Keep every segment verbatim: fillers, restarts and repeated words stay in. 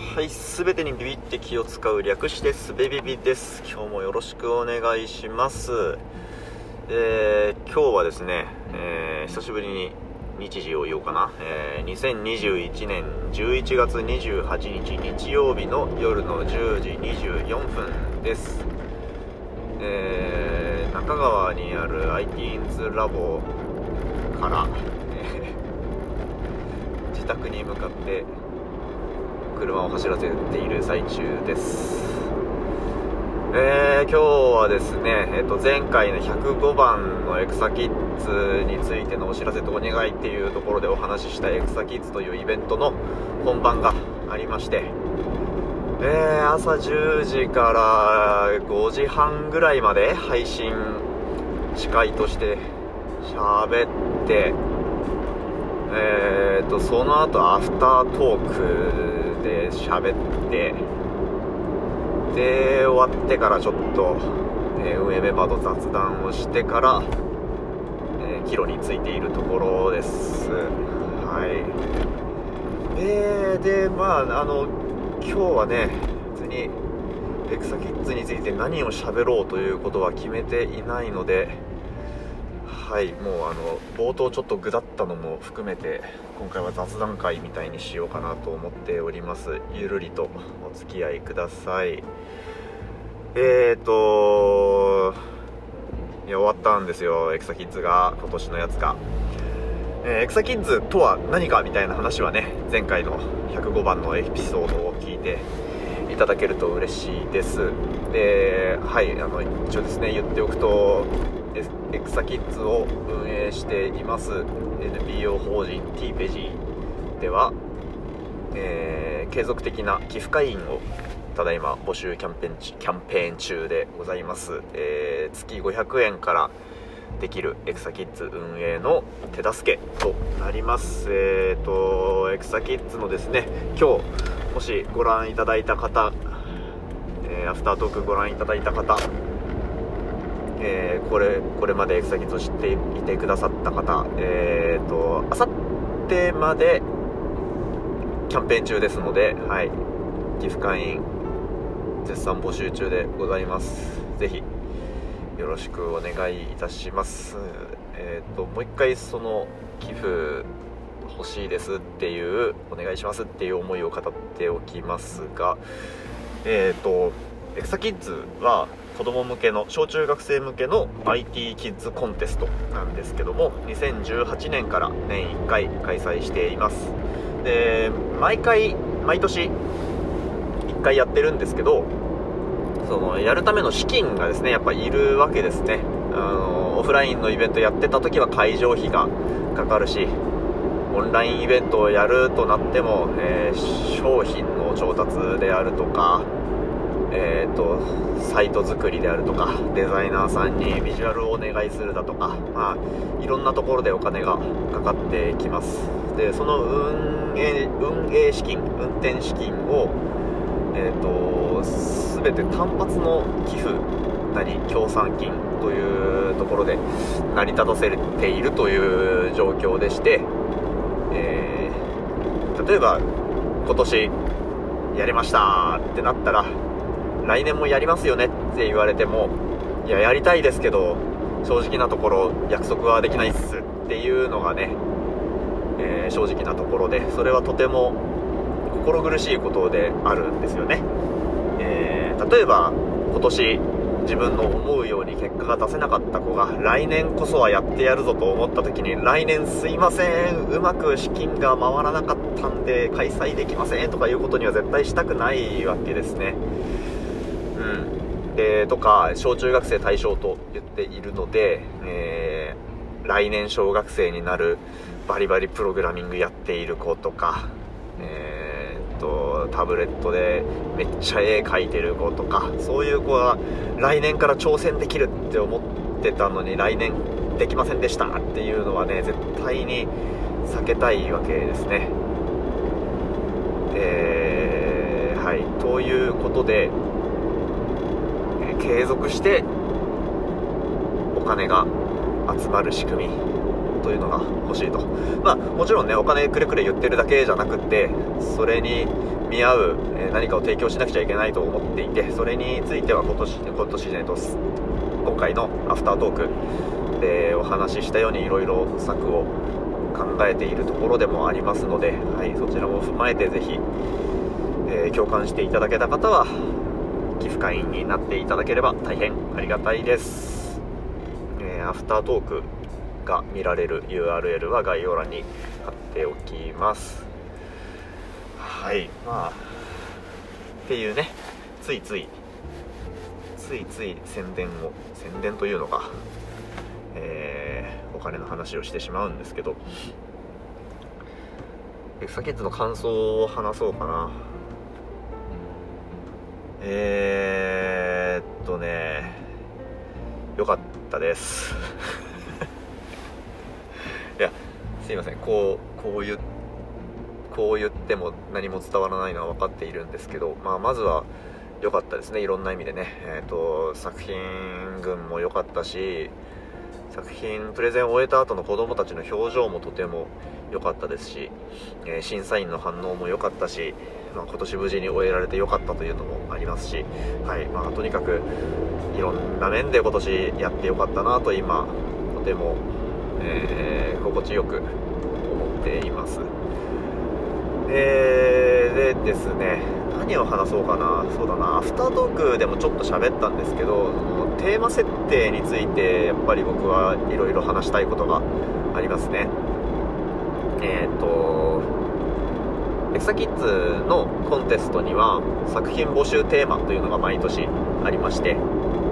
はい、すべてにビビって気を使う、略してすべビビです。今日もよろしくお願いします。えー、今日はですね、えー、久しぶりに日時を言おうかな、えー、にせんにじゅういちねんじゅういちがつにじゅうはちにち日曜日の夜のじゅうじにじゅうよんぷんです。えー、中川にある アイティー インズラボから、えー、自宅に向かって車を走らせている最中です。えー、今日はですね、えー、と前回のひゃくごばんのエクサキッズについてのお知らせとお願いっていうところでお話ししたエクサキッズというイベントの本番がありまして、えー、朝じゅうじからごじはんぐらいまで配信司会として喋って、えー、とその後アフタートークで喋ってで終わってからちょっと、えー、運営メンバーと雑談をしてから、えー、帰路についているところです。はい。えー、でまああの今日はね別にエクサキッズについて何を喋ろうということは決めていないので、はい、もうあの冒頭ちょっとぐだったのも含めて今回は雑談会みたいにしようかなと思っております。ゆるりとお付き合いください。えーといや終わったんですよ、エクサキッズが、今年のやつが。えー、エクサキッズとは何かみたいな話はね、前回のひゃくごばんのエピソードを聞いていただけると嬉しいです。で、はい、あの一応ですね言っておくと、エクサキッズを運営しています エヌピーオー 法人 T ペジでは、えー、継続的な寄付会員をただいま募集キャンペーンキャンペーン中でございます。えー、月ごひゃくえんからできるエクサキッズ運営の手助けとなります。えーとエクサキッズのですね、今日もしご覧いただいた方、えー、アフタートークご覧いただいた方、えー、これこれまでエクサキッズを知っていてくださった方、えーとあさってまでキャンペーン中ですので、はい、寄付会員絶賛募集中でございます。ぜひよろしくお願いいたします。えーともう一回その寄付欲しいですっていう、お願いしますっていう思いを語っておきますが、えーとエクサキッズは子供向けの、小中学生向けの アイティー キッズコンテストなんですけども、にせんじゅうはちねんから年いっかい開催しています。で毎回毎年いっかいやってるんですけど、そのやるための資金がですねやっぱいるわけですね。あのオフラインのイベントやってた時は会場費がかかるし、オンラインイベントをやるとなっても、えー、商品の調達であるとか、えーとサイト作りであるとか、デザイナーさんにビジュアルをお願いするだとか、まあ、いろんなところでお金がかかってきます。でその運営、運営資金、運転資金を、えーと全て単発の寄付なり協賛金というところで成り立たせているという状況でして、えー、例えば今年やりましたってなったら来年もやりますよねって言われても、いややりたいですけど正直なところ約束はできないっすっていうのがね、えー、正直なところで、それはとても心苦しいことであるんですよね。えー、例えば今年自分の思うように結果が出せなかった子が来年こそはやってやるぞと思った時に、来年すいません、うまく資金が回らなかったんで開催できませんとかいうことには絶対したくないわけですね。うん、でとか小中学生対象と言っているので、えー、来年小学生になるバリバリプログラミングやっている子とか、えー、っとタブレットでめっちゃ絵描いてる子とか、そういう子は来年から挑戦できるって思ってたのに来年できませんでしたっていうのはね、絶対に避けたいわけですね。えー、はいということで、継続してお金が集まる仕組みというのが欲しいと。まあもちろんね、お金くれくれ言ってるだけじゃなくって、それに見合う、えー、何かを提供しなくちゃいけないと思っていて、それについては今年今年ねと今回のアフタートークでお話ししたようにいろいろ策を考えているところでもありますので、はい、そちらも踏まえてぜひ、えー、共感していただけた方は寄付会員になっていただければ大変ありがたいです。えー、アフタートークが見られる ユーアールエル は概要欄に貼っておきます。はい、まあっていうね、ついついついつい宣伝を宣伝というのか、えー、お金の話をしてしまうんですけど、エクサキッズの感想を話そうかな。えーっとねよかったですいやすいません、こうこう言こう言っても何も伝わらないのは分かっているんですけど、まあ、まずは良かったですね、いろんな意味でね。えーと作品群も良かったし、作品プレゼンを終えた後の子どもたちの表情もとても良かったですし、えー、審査員の反応も良かったし、まあ、今年無事に終えられて良かったというのもありますし、はいまあ、とにかくいろんな面で今年やって良かったなと今とても、えー、心地よく思っています。で, でですね何を話そうかな。そうだな、アフタートークでもちょっと喋ったんですけど、テーマ設定についてやっぱり僕はいろいろ話したいことがありますね。えっとエクサキッズのコンテストには作品募集テーマというのが毎年ありまして、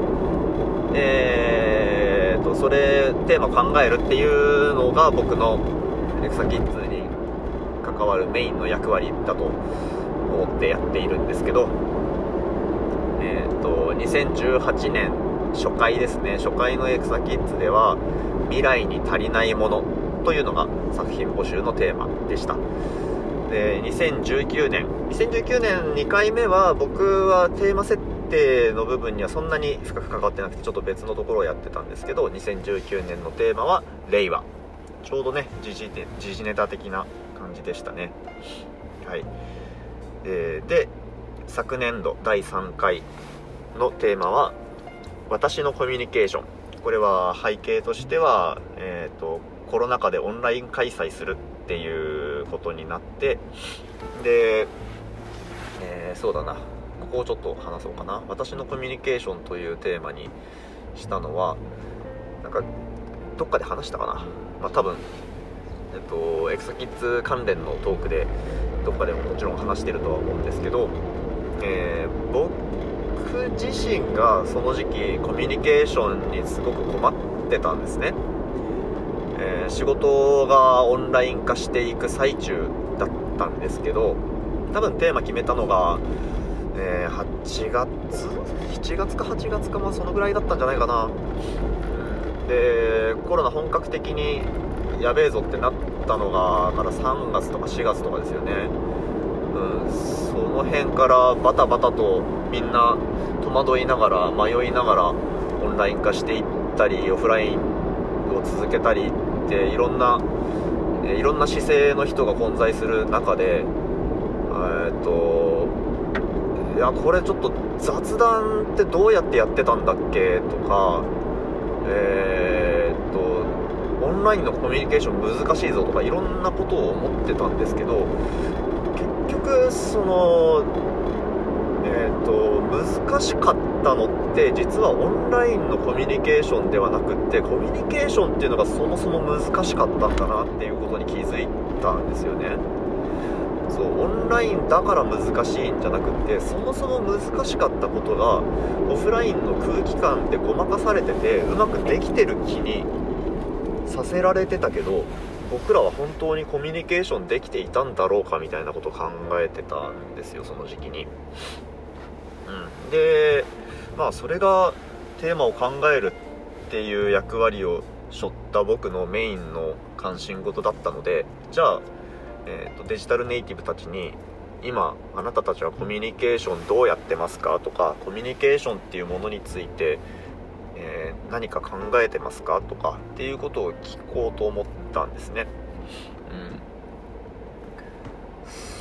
えー、とそれテーマ考えるっていうのが僕のエクサキッズに関わるメインの役割だと思ってやっているんですけど、えー、とにせんじゅうはちねん初回ですね、初回のエクサキッズでは未来に足りないものというのが作品募集のテーマでした。でにせんじゅうきゅうねんにせんじゅうきゅうねんにかいめは僕はテーマ設定の部分にはそんなに深く関わってなくて、ちょっと別のところをやってたんですけど、にせんじゅうきゅうねんのテーマは令和、ちょうどね時事ネ、時事ネタ的な感じでしたね。はい、えー、で昨年度だいさんかいのテーマは私のコミュニケーション。これは背景としては、えーと、コロナ禍でオンライン開催するっていうことになって、で、えー、そうだな、ここをちょっと話そうかな。私のコミュニケーションというテーマにしたのは、なんかどっかで話したかな、まあ多分えっとエクサキッズ関連のトークでどっかでももちろん話してるとは思うんですけど、えー、僕自身がその時期コミュニケーションにすごく困ってたんですね。えー、仕事がオンライン化していく最中だったんですけど、多分テーマ決めたのが、えー、はちがつしちがつかはちがつか、まあそのぐらいだったんじゃないかな。でコロナ本格的にやべえぞってなったのがからさんがつとかしがつとかですよね。うん、その辺からバタバタとみんな戸惑いながら迷いながらオンライン化していったりオフラインを続けたりっていろんないろんな姿勢の人が混在する中で、えーっといやこれちょっと雑談ってどうやってやってたんだっけとか、えーっとオンラインのコミュニケーション難しいぞとかいろんなことを思ってたんですけど、結局そのえーと難しかったのって実はオンラインのコミュニケーションではなくって、コミュニケーションっていうのがそもそも難しかったんだなっていうことに気づいたんですよね。そうオンラインだから難しいんじゃなくってそもそも難しかったことがオフラインの空気感でごまかされててうまくできてる気にさせられてたけど、僕らは本当にコミュニケーションできていたんだろうかみたいなことを考えてたんですよ、その時期に。うん、でまあそれがテーマを考えるっていう役割を背負った僕のメインの関心事だったので、じゃあ、えーと、デジタルネイティブたちに今あなたたちはコミュニケーションどうやってますかとか、コミュニケーションっていうものについてえー、何か考えてますかとかっていうことを聞こうと思ったんですね。うん、そう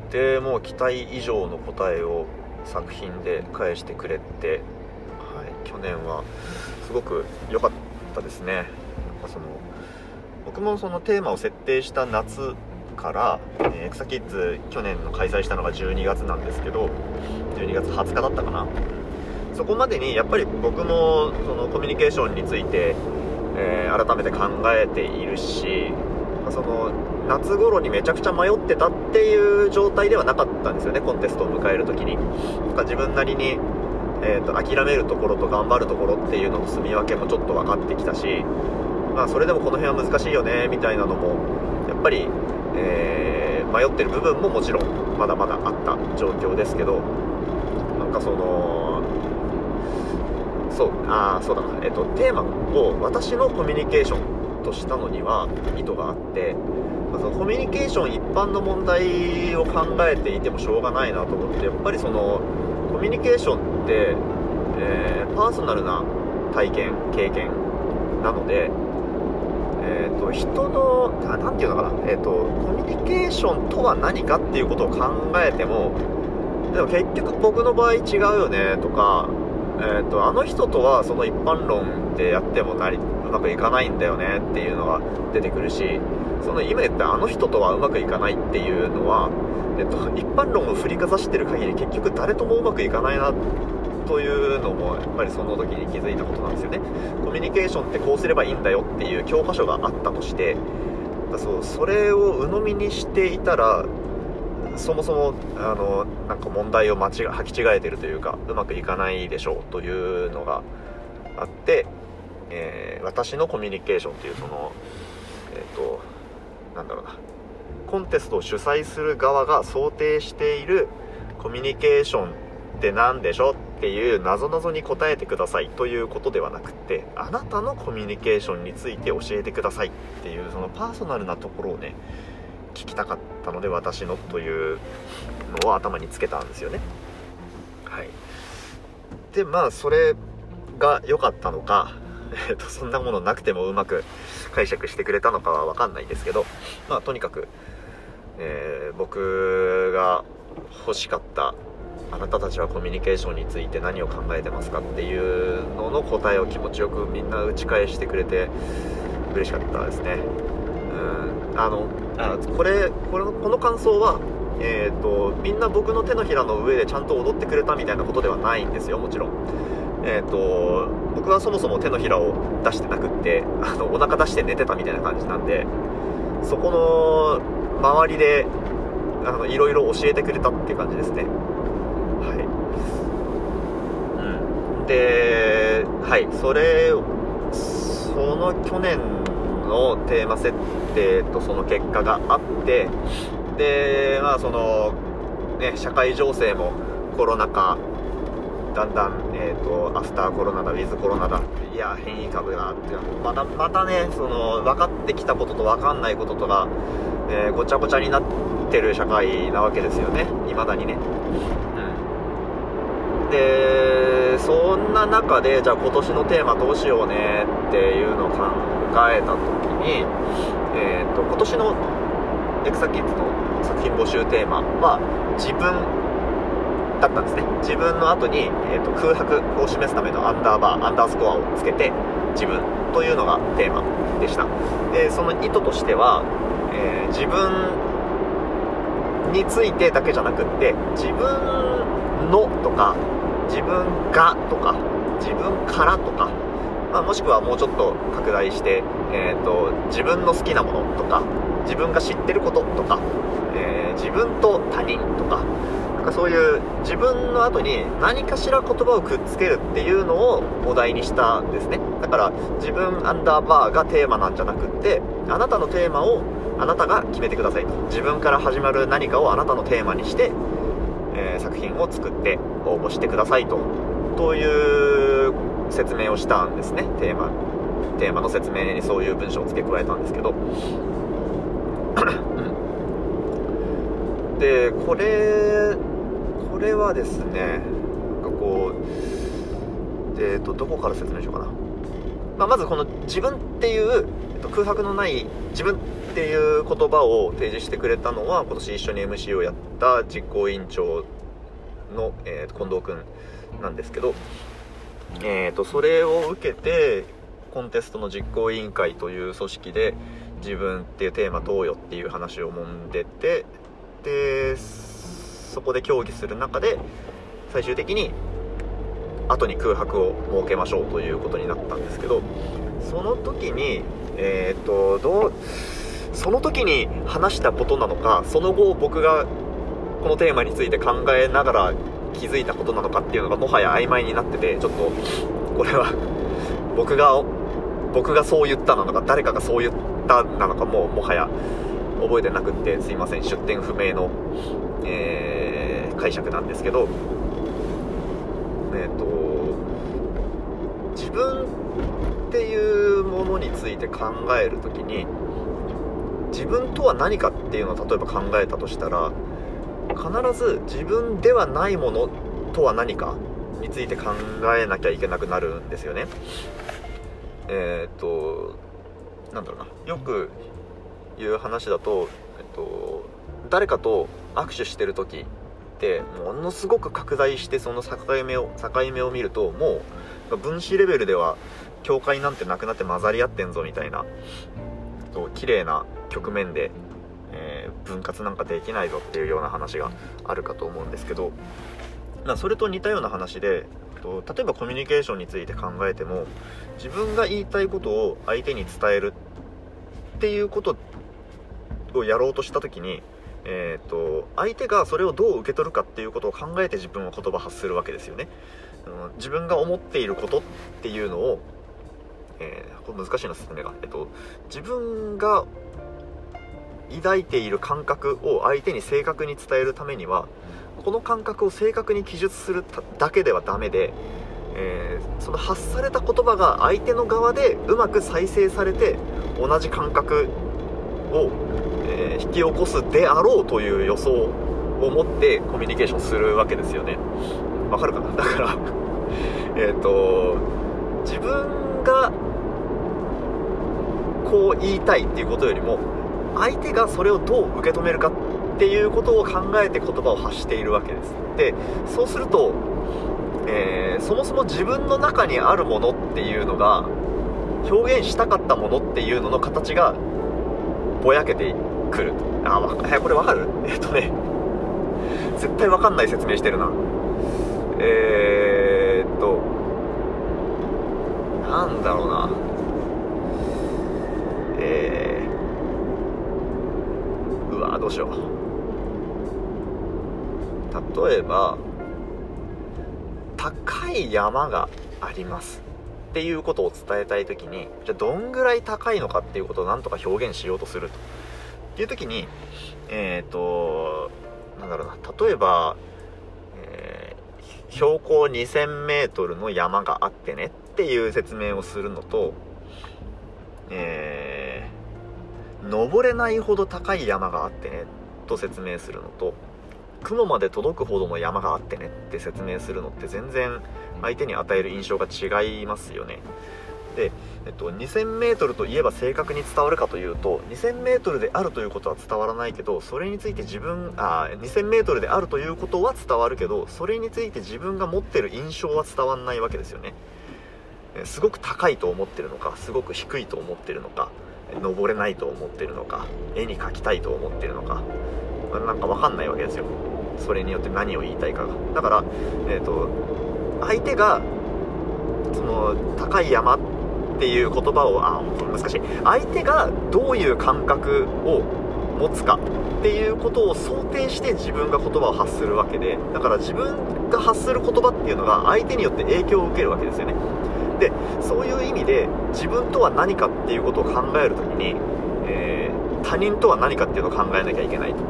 でもう期待以上の答えを作品で返してくれて、はい、去年はすごく良かったですね。なんかその僕もそのテーマを設定した夏から、えー、エクサキッズ去年の開催したのがじゅうにがつなんですけど、じゅうにがつはつかだったかな。そこまでにやっぱり僕もそのコミュニケーションについて、えー、改めて考えているし、その夏頃にめちゃくちゃ迷ってたっていう状態ではなかったんですよね、コンテストを迎える時に。なんか自分なりに、えーと、諦めるところと頑張るところっていうのの住み分けもちょっと分かってきたし、まあ、それでもこの辺は難しいよねみたいなのもやっぱり、えー、迷ってる部分ももちろんまだまだあった状況ですけど、なんかそのそうあそうだな、えーと、テーマを私のコミュニケーションとしたのには意図があって、そのコミュニケーション一般の問題を考えていてもしょうがないなと思って、やっぱりそのコミュニケーションって、えー、パーソナルな体験経験なので、えー、と人のなんていうのかな、えー、とコミュニケーションとは何かっていうことを考えても、でも結局僕の場合違うよねとか、えー、とあの人とはその一般論でやってもなりうまくいかないんだよねっていうのが出てくるし、その今言ったあの人とはうまくいかないっていうのは、えっと、一般論を振りかざしてる限り結局誰ともうまくいかないなというのもやっぱりその時に気づいたことなんですよね。コミュニケーションってこうすればいいんだよっていう教科書があったとして、そうそれを鵜呑みにしていたらそもそもあのなんか問題を間違履き違えてるというかうまくいかないでしょうというのがあって、えー、私のコミュニケーションっていうそのえっとなんだろうなコンテストを主催する側が想定しているコミュニケーションって何でしょっていう謎々に答えてくださいということではなくて、あなたのコミュニケーションについて教えてくださいっていうそのパーソナルなところをね聞きたかったので、私のというのを頭につけたんですよね。はい。でまあそれが良かったのか、えー、とそんなものなくてもうまく解釈してくれたのかは分かんないですけど、まあとにかく、えー、僕が欲しかったあなたたちはコミュニケーションについて何を考えてますかっていうのの答えを気持ちよくみんな打ち返してくれて嬉しかったですね。うんあのあこれこれこの感想は、えー、とみんな僕の手のひらの上でちゃんと踊ってくれたみたいなことではないんですよ。もちろんえーと僕はそもそも手のひらを出してなくってあのお腹出して寝てたみたいな感じなんで、そこの周りであのいろいろ教えてくれたっていう感じですね。はい、うん、ではいそれその去年のテーマ設定とその結果があって、でまあそのね社会情勢もコロナ禍だんだん、えーと、アフターコロナだウィズコロナだいや変異株だってまたまたねその分かってきたことと分かんないこととが、えー、ごちゃごちゃになってる社会なわけですよね、未だにね。うん、でそんな中でじゃあ今年のテーマどうしようねっていうのを考えた時に、えーと、今年のエクサキッズの作品募集テーマは自分だったんですね。自分の後に、えーと、空白を示すためのアンダーバーアンダースコアをつけて自分というのがテーマでした。でその意図としては、えー、自分についてだけじゃなくって自分のとか自分がとか自分からとか、まあ、もしくはもうちょっと拡大して、えーと、自分の好きなものとか自分が知ってることとか、えー、自分と他人とかそういう自分の後に何かしら言葉をくっつけるっていうのをお題にしたんですね。だから自分アンダーバーがテーマなんじゃなくってあなたのテーマをあなたが決めてくださいと。自分から始まる何かをあなたのテーマにして、えー、作品を作って応募してくださいとという説明をしたんですね。テーマテーマの説明にそういう文章を付け加えたんですけどでこれこれはですねなんかこうえっとどこから説明しようかな。まあ、まずこの自分っていう、えっと、空白のない自分っていう言葉を提示してくれたのは今年一緒に エムシー をやった実行委員長の、えー、近藤くんなんですけど、えーと、それを受けてコンテストの実行委員会という組織で自分っていうテーマどうよっていう話を揉んでて、でそこで協議する中で最終的に後に空白を設けましょうということになったんですけど、その時にえーとどうその時に話したことなのか、その後僕がこのテーマについて考えながら気づいたことなのかっていうのがもはや曖昧になってて、ちょっとこれは僕が僕がそう言ったなのか誰かがそう言ったなのかももはや覚えてなくって、すいません、出典不明の、えー、解釈なんですけど、えーと自分っていうものについて考えるときに、自分とは何かっていうのを例えば考えたとしたら、必ず自分ではないものとは何かについて考えなきゃいけなくなるんですよね。えー、っとなんだろうな、よく言う話だと、えっと、誰かと握手してる時ってものすごく拡大して、その境目を境目を見ると、もう分子レベルでは境界なんてなくなって混ざり合ってんぞみたいな、と綺麗な局面で、えー、分割なんかできないぞっていうような話があるかと思うんですけど、それと似たような話で、と例えばコミュニケーションについて考えても、自分が言いたいことを相手に伝えるっていうことをやろうとした時に、えー、と相手がそれをどう受け取るかっていうことを考えて自分は言葉発するわけですよね。うん、自分が思っていることっていうのを、えー、これ難しいな説明が、えっと、自分が抱いている感覚を相手に正確に伝えるためには、この感覚を正確に記述するだけではダメで、えー、その発された言葉が相手の側でうまく再生されて同じ感覚を、えー、引き起こすであろうという予想を持ってコミュニケーションするわけですよね。わかるかな。だからえっと自分がこう言いたいっていうことよりも、相手がそれをどう受け止めるかっていうことを考えて言葉を発しているわけです。で、そうすると、えー、そもそも自分の中にあるものっていうのが、表現したかったものっていうのの形がぼやけてくる。あ、わか、これわかる？えっとね絶対わかんない説明してるな。えーっとなんだろうなえーうわどうしよう。例えば、高い山がありますっていうことを伝えたいときに、じゃあどんぐらい高いのかっていうことをなんとか表現しようとするとっていうときに、えっとなんだろうな、例えば、えー、標高にせんメートルの山があってねっていう説明をするのと、えー、登れないほど高い山があってねと説明するのと、雲まで届くほどの山があってねって説明するのって全然相手に与える印象が違いますよね。で、えっと、にせんメートルといえば正確に伝わるかというと、にせんメートルであるということは伝わらないけど、それについて自分あにせんメートルであるということは伝わるけど、それについて自分が持ってる印象は伝わらないわけですよね。すごく高いと思ってるのか、すごく低いと思ってるのか、登れないと思ってるのか、絵に描きたいと思ってるのか、なんか分かんないわけですよ。それによって何を言いたいかが。だから、えーと、相手がその高い山っていう言葉をあ難しい相手がどういう感覚を持つかっていうことを想定して自分が言葉を発するわけで、だから自分が発する言葉っていうのが相手によって影響を受けるわけですよね。で、そういう意味で自分とは何かっていうことを考えるときに、えー、他人とは何かっていうのを考えなきゃいけないと。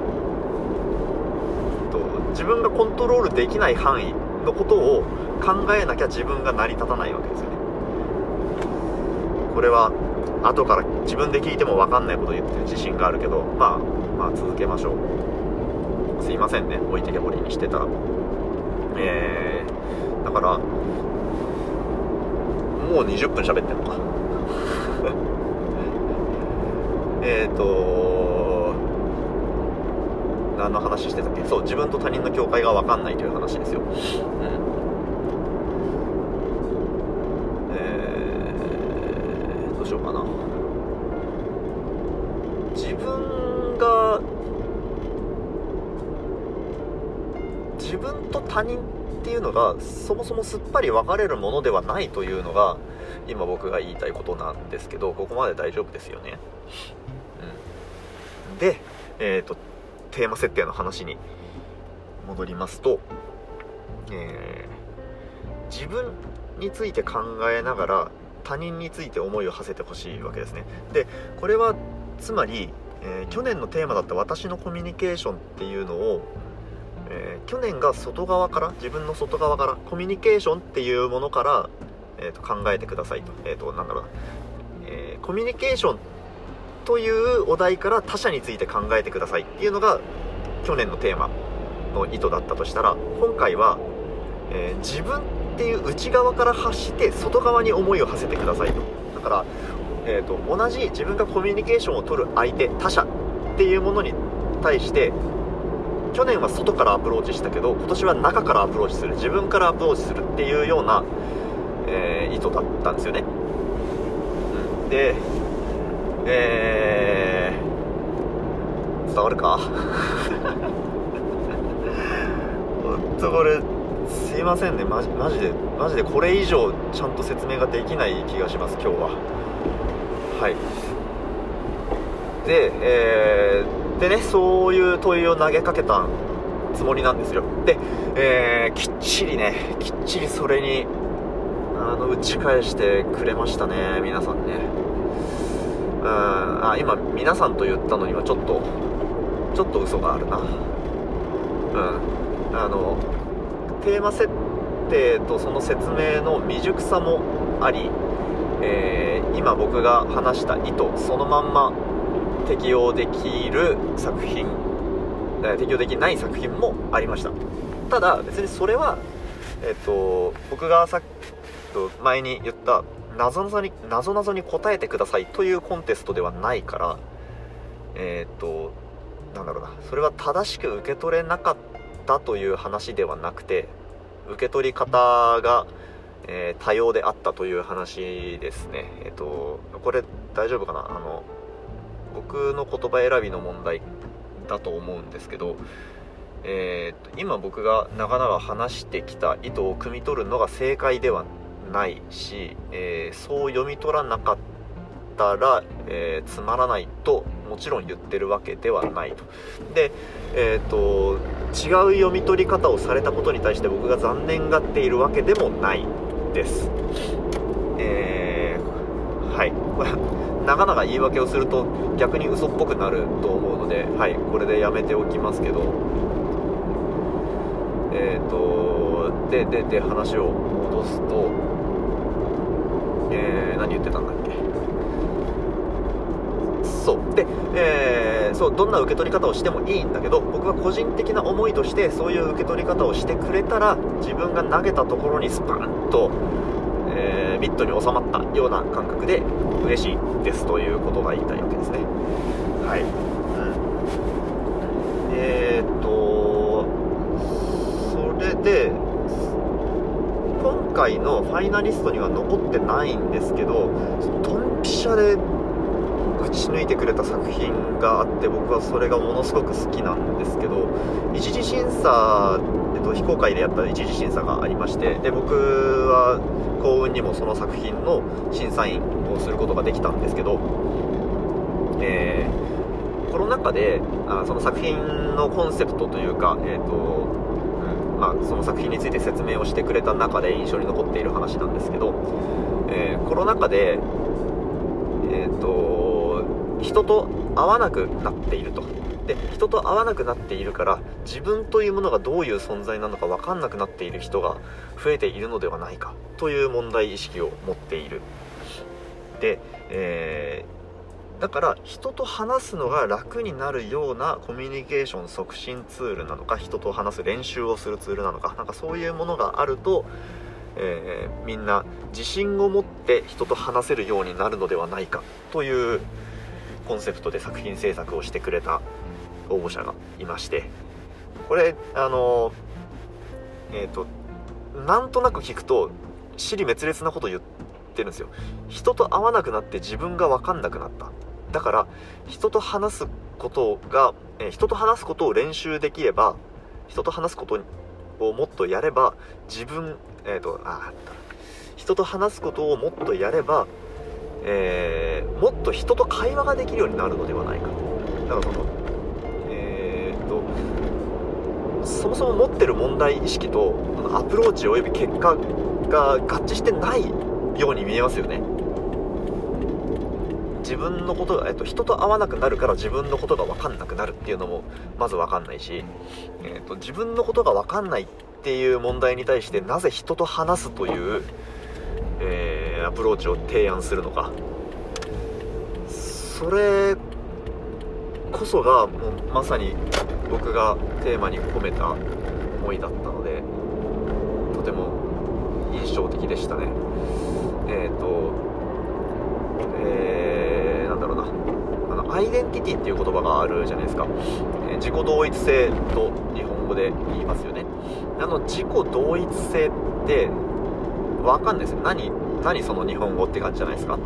自分がコントロールできない範囲のことを考えなきゃ自分が成り立たないわけですよね。これは後から自分で聞いても分かんないことを言ってる自信があるけど、まあまあ続けましょう。すいませんね、置いてけぼりにしてたら。えー、だからもうにじゅっぷん喋ってんのかえっと何の話してたっけ。そう、自分と他人の境界が分かんないという話ですよ。うん、えー、どうしようかな。自分が自分と他人っていうのがそもそもすっぱり分かれるものではないというのが今僕が言いたいことなんですけど、ここまで大丈夫ですよね。うん、で、えーと、テーマ設定の話に戻りますと、えー、自分について考えながら他人について思いを馳せてほしいわけですね。で、これはつまり、えー、去年のテーマだった私のコミュニケーションっていうのを、えー、去年が外側から、自分の外側からコミュニケーションっていうものから、えー、と考えてくださいと、えー、となんだろうな、えー、コミュニケーションというお題から他者について考えてくださいっていうのが去年のテーマの意図だったとしたら、今回は、えー、自分っていう内側から発して外側に思いを馳せてくださいと。だから、えー、と同じ自分がコミュニケーションを取る相手、他者っていうものに対して去年は外からアプローチしたけど今年は中からアプローチする、自分からアプローチするっていうような、えー、意図だったんですよね。うん、で、えー、伝わるかほんとこれすいませんね、マジ、マジでマジでこれ以上ちゃんと説明ができない気がします、今日は。はい。で、えー、でね、そういう問いを投げかけたつもりなんですよ。で、えー、きっちりね、きっちりそれにあの打ち返してくれましたね、皆さんね。うん、あ、今皆さんと言ったのにはちょっとちょっと嘘があるな。うん、あのテーマ設定とその説明の未熟さもあり、えー、今僕が話した意図そのまんま適用できる作品、適用できない作品もありました。ただ別にそれは、えっと、僕がさっき前に言った謎々に謎々に答えてくださいというコンテストではないから、えっとなんだろうな、それは正しく受け取れなかったという話ではなくて、受け取り方が、えー、多様であったという話ですね。えっとこれ大丈夫かな、あの僕の言葉選びの問題だと思うんですけど、えー、と今僕が長々話してきた意図を汲み取るのが正解ではないし、えー、そう読み取らなかったら、えー、つまらないともちろん言ってるわけではないと。で、えー、と違う読み取り方をされたことに対して僕が残念がっているわけでもないです。えー、はい、これ長々言い訳をすると逆に嘘っぽくなると思うので、はい、これでやめておきますけど、えーとででで話を戻すと、えー、何言ってたんだっけ。そうで、えー、そうどんな受け取り方をしてもいいんだけど、僕は個人的な思いとしてそういう受け取り方をしてくれたら自分が投げたところにスパンと、えー、ミットに収まったような感覚で嬉しいですということが言いたいわけですね。はい、うん、えーっとそれで今回のファイナリストには残ってないんですけど、ドンピシャで打ち抜いてくれた作品があって、僕はそれがものすごく好きなんですけど、一次審査、えっと、非公開でやった一次審査がありまして、で僕は幸運にもその作品の審査員をすることができたんですけど、えー、コロナ禍であその作品のコンセプトというか、えーとうんまあ、その作品について説明をしてくれた中で印象に残っている話なんですけど、えー、コロナ禍で、えーと人と会わなくなっていると。で人と会わなくなっているから自分というものがどういう存在なのか分かんなくなっている人が増えているのではないかという問題意識を持っている。で、えー、だから人と話すのが楽になるようなコミュニケーション促進ツールなのか、人と話す練習をするツールなのか、なんかそういうものがあると、えー、みんな自信を持って人と話せるようになるのではないかというコンセプトで作品制作をしてくれた応募者がいまして、これあのえっとなんとなく聞くと尻滅裂なこと言ってるんですよ。人と会わなくなって自分が分かんなくなった。だから人と話すことが、えー、人と話すことを練習できれば、人と話すことをもっとやれば自分えっ、ー、とあ人と話すことをもっとやれば、えー、もっと人と会話ができるようになるのではないか。だからそのえっ、ー、とそもそも持ってる問題意識とアプローチおよび結果が合致してないように見えますよね。自分のことが、えっと、人と会わなくなるから自分のことが分かんなくなるっていうのもまず分かんないし、えっと、自分のことが分かんないっていう問題に対してなぜ人と話すという、えー、アプローチを提案するのか、それこそがもうまさに僕がテーマに込めた思いだったので、とても印象的でしたね。えっとえー、なんだろうなあのアイデンティティっていう言葉があるじゃないですか、えー、自己同一性と日本語で言いますよね。あの自己同一性って分かんないですよ。何何その日本語って感じじゃないですか。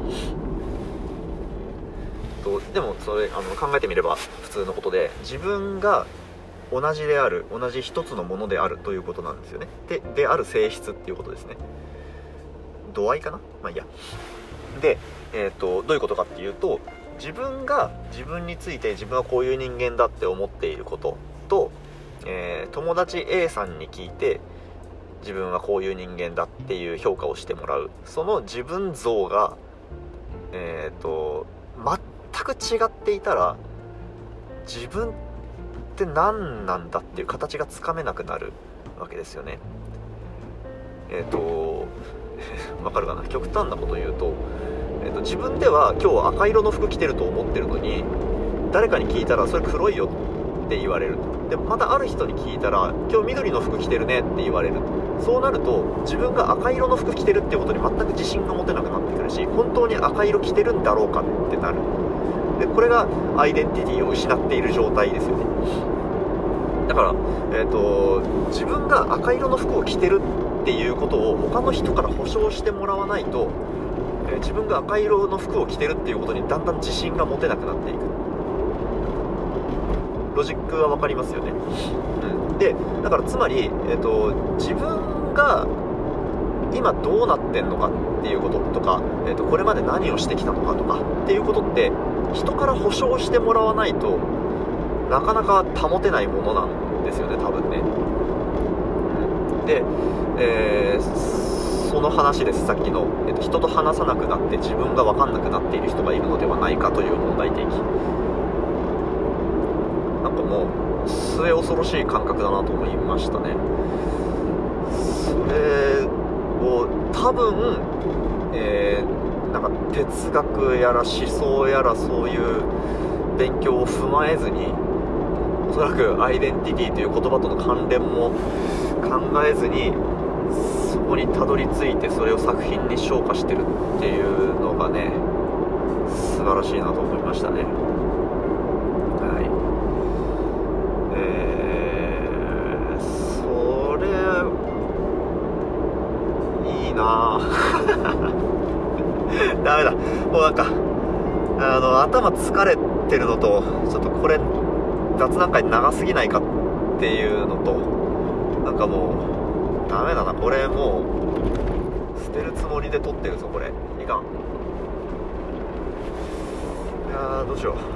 とでもそれあの考えてみれば普通のことで、自分が同じである、同じ一つのものであるということなんですよね。で、である性質っていうことですね。度合いかな、まあいいや。で、えーと、どういうことかっていうと、自分が自分について自分はこういう人間だって思っていることと、えー、友達 A さんに聞いて自分はこういう人間だっていう評価をしてもらう、その自分像がえーと全く違っていたら自分って何なんだっていう形がつかめなくなるわけですよね。えっ、ー、とわかるかな、極端なこと言うと、えーと自分では今日赤色の服着てると思ってるのに、誰かに聞いたらそれ黒いよって言われる。でまたある人に聞いたら今日緑の服着てるねって言われる。そうなると自分が赤色の服着てるっていうことに全く自信が持てなくなってくるし、本当に赤色着てるんだろうかってなる。でこれがアイデンティティを失っている状態ですよね。だから、えーと、自分が赤色の服を着てるっていうことを他の人から保証してもらわないと、えー、自分が赤色の服を着てるっていうことにだんだん自信が持てなくなっていく。ロジックは分かりますよね。うん、でだからつまり、えーと、自分が今どうなってんのかっていうこととか、えーと、これまで何をしてきたのかとかっていうことって人から保証してもらわないとなかなか保てないものなんですよね、多分ね。で、えー、その話です。さっきの、えーと、人と話さなくなって自分が分かんなくなっている人がいるのではないかという問題提起。なんかもう末恐ろしい感覚だなと思いましたね。それを多分、えー、なんか哲学やら思想やらそういう勉強を踏まえずに、おそらくアイデンティティという言葉との関連も考えずにそこにたどり着いてそれを作品に昇華してるっていうのがね、素晴らしいなと思いましたね。はい。えー、それいいなダメだ、もうなんかあの頭疲れてるのと、ちょっとこれ雑談会長すぎないかっていうのと、なんかもうダメだな、これもう捨てるつもりで撮ってるぞ、これいかん。いやーどうしよ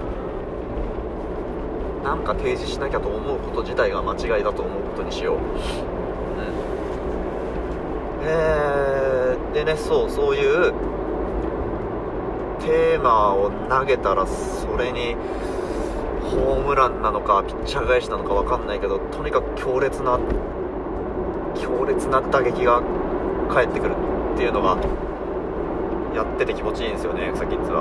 う、なんか提示しなきゃと思うこと自体が間違いだと思うことにしよう。うんえー、でね、そうそういうテーマを投げたらそれにホームランなのかピッチャー返しなのか分かんないけど、とにかく強烈な強烈な打撃が返ってくるっていうのがやってて気持ちいいんですよね、エクサキッズは。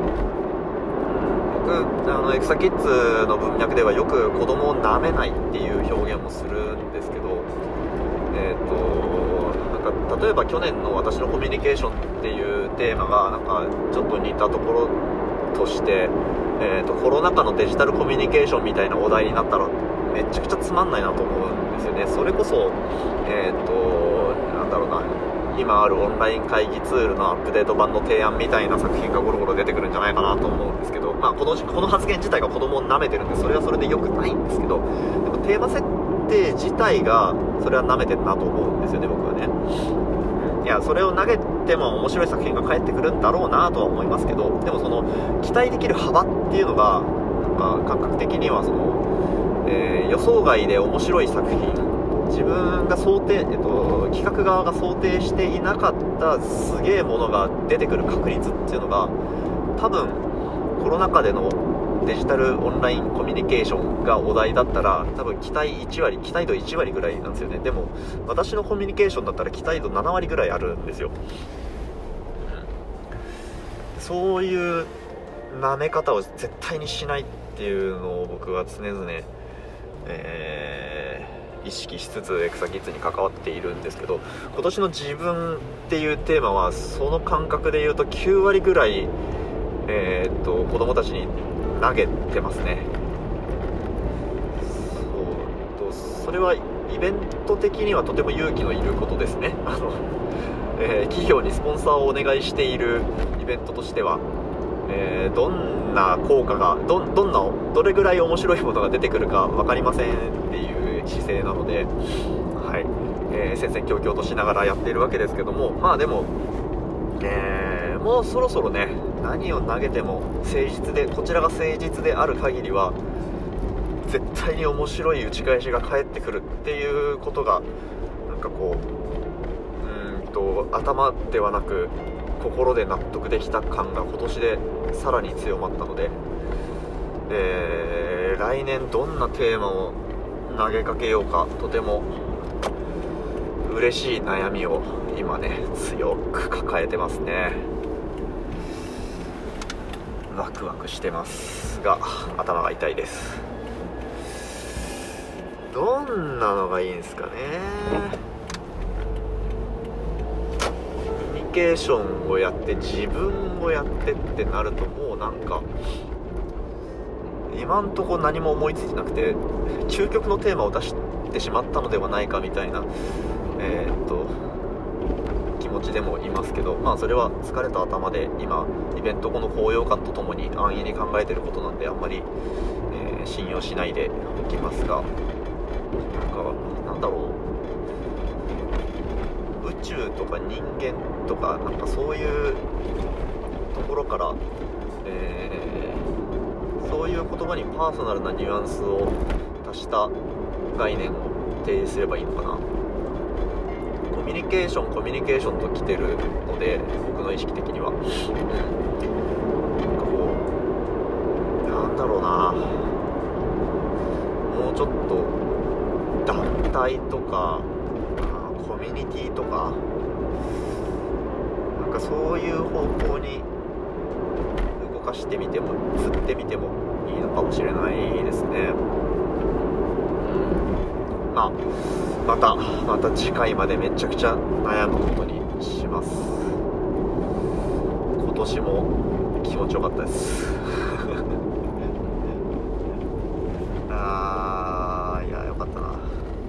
僕あのエクサキッズの文脈ではよく子供を舐めないっていう表現もするんですけど、えっとなんか例えば去年の私のコミュニケーションっていうテーマがなんかちょっと似たところとして、えー、とコロナ禍のデジタルコミュニケーションみたいなお題になったらめちゃくちゃつまんないなと思うんですよね。それこそ、えー、となんだろうな、今あるオンライン会議ツールのアップデート版の提案みたいな作品がゴロゴロ出てくるんじゃないかなと思うんですけど、まあ、このこの発言自体が子供を舐めてるんでそれはそれで良くないんですけど、でもテーマ設定自体がそれは舐めてるなと思うんですよね、僕はね。いや、それを投げても面白い作品が返ってくるんだろうなとは思いますけど、でもその期待できる幅っていうのがなんか感覚的にはその、えー、予想外で面白い作品、自分が想定、えっと、企画側が想定していなかったすげえものが出てくる確率っていうのが多分コロナ禍でのデジタルオンラインコミュニケーションがお題だったら多分期待いち割、期待度いち割ぐらいなんですよね。でも私のコミュニケーションだったら期待度なな割ぐらいあるんですよ。そういう舐め方を絶対にしないっていうのを僕は常々、えー、意識しつつエクサキッズに関わっているんですけど、今年の自分っていうテーマはその感覚で言うときゅう割ぐらい、えー、っと子供たちに投げてますね。そうとそれはイベント的にはとても勇気のいることですね。あの、えー、企業にスポンサーをお願いしているイベントとしては、えー、どんな効果が ど, どんなどれぐらい面白いものが出てくるか分かりませんっていう姿勢なので、はい、えー、戦々恐々としながらやっているわけですけども、まあでも、えー、もうそろそろね、何を投げても誠実で、こちらが誠実である限りは絶対に面白い打ち返しが返ってくるっていうことがなんかこううーんと頭ではなく心で納得できた感が今年でさらに強まったので、えー、来年どんなテーマを投げかけようかとても嬉しい悩みを今ね強く抱えてますね。ワクワクしてますが頭が痛いです。どんなのがいいんですかね。コミュニケーションをやって自分をやってってなるともうなんか今んとこ何も思いついてなくて究極のテーマを出してしまったのではないかみたいなえー、っと気持ちでもいますけど、まあそれは疲れた頭で今イベント後の高揚感とともに安易に考えていることなんであんまり、えー、信用しないでおきますが、なんかなんだろう、宇宙とか人間とかなんかそういうところから、えー、そういう言葉にパーソナルなニュアンスを足した概念を提示すればいいのかな。コミュニケーションコミュニケーションと来てるので僕の意識的には、うん、なんかこうなんだろうな、もうちょっと団体とかコミュニティとかなんかそういう方向に動かしてみても振ってみてもいいのかもしれないですね。まあ、またまた次回までめちゃくちゃ悩むことにします。今年も気持ちよかったですあーいやよかったな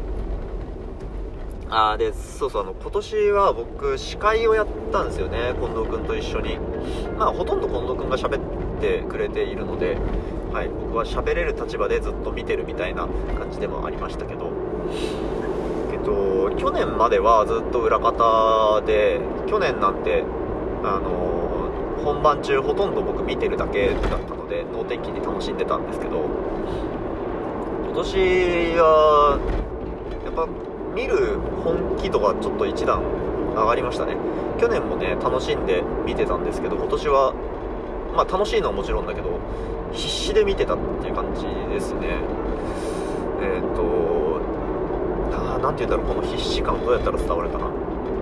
あーでそうそうあの今年は僕司会をやったんですよね、近藤君と一緒に。まあほとんど近藤君が喋ってくれているので、はい、僕は喋れる立場でずっと見てるみたいな感じでもありましたけど、えっと去年まではずっと裏方で、去年なんてあの本番中ほとんど僕見てるだけだったので能天気に楽しんでたんですけど、今年はやっぱ見る本気度がちょっと一段上がりましたね。去年もね楽しんで見てたんですけど、今年はまあ楽しいのはもちろんだけど必死で見てたっていう感じですね。えっとな、なんて言うんだろう、この必死感どうやったら伝わるかな。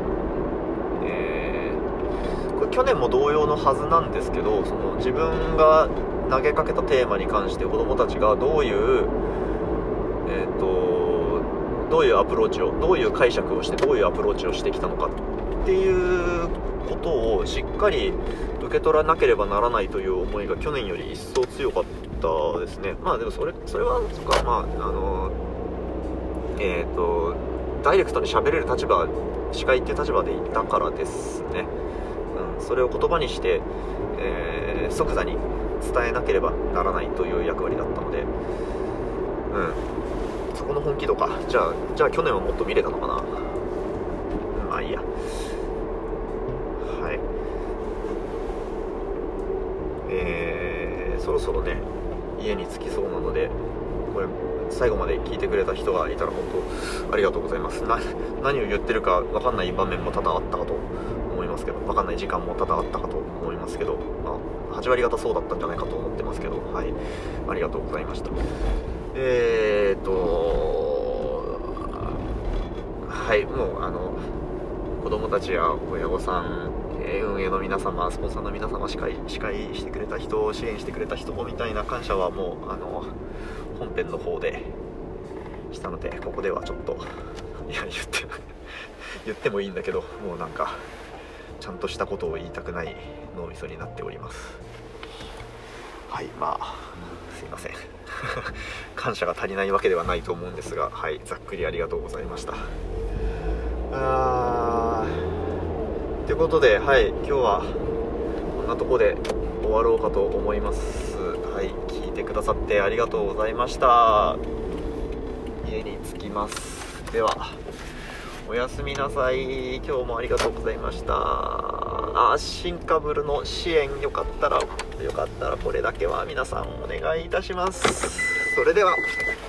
えー、これ去年も同様のはずなんですけど、その自分が投げかけたテーマに関して子どもたちがどういうえっとどういうアプローチをどういう解釈をしてどういうアプローチをしてきたのかっていうことをしっかり受け取らなければならないという思いが去年より一層強かったですね。まあでもそれそれはそっか、まああのえっとダイレクトに喋れる立場、司会っていう立場でいたからですね。うん、それを言葉にして、えー、即座に伝えなければならないという役割だったので、うん、そこの本気度か。じゃあじゃあ去年はもっと見れたのかな。まあいいや。はい。えー、そろそろね家に着きそうなので、これ最後まで聞いてくれた人がいたら本当ありがとうございます。な何を言ってるか分かんない場面も多々あったかと思いますけど、分かんない時間も多々あったかと思いますけど、まあ、はち割方そうだったんじゃないかと思ってますけど、はい、ありがとうございました。えーとはいもうあの子供たちや親御さん、えー、運営の皆様、スポンサーの皆様、司会司会してくれた人、支援してくれた人みたいな感謝はもうあの本編の方でしたので、ここではちょっといや言って言ってもいいんだけど、もうなんかちゃんとしたことを言いたくない脳みそになっております。はい、まあすいません感謝が足りないわけではないと思うんですが、はい、ざっくりありがとうございました。あーということで、はい、今日はこんなとこで終わろうかと思います。はい、聞いてくださってありがとうございました。家に着きます。ではおやすみなさい。今日もありがとうございました。あ、新カブルの支援よかったらよかったらこれだけは皆さんお願いいたします。それでは。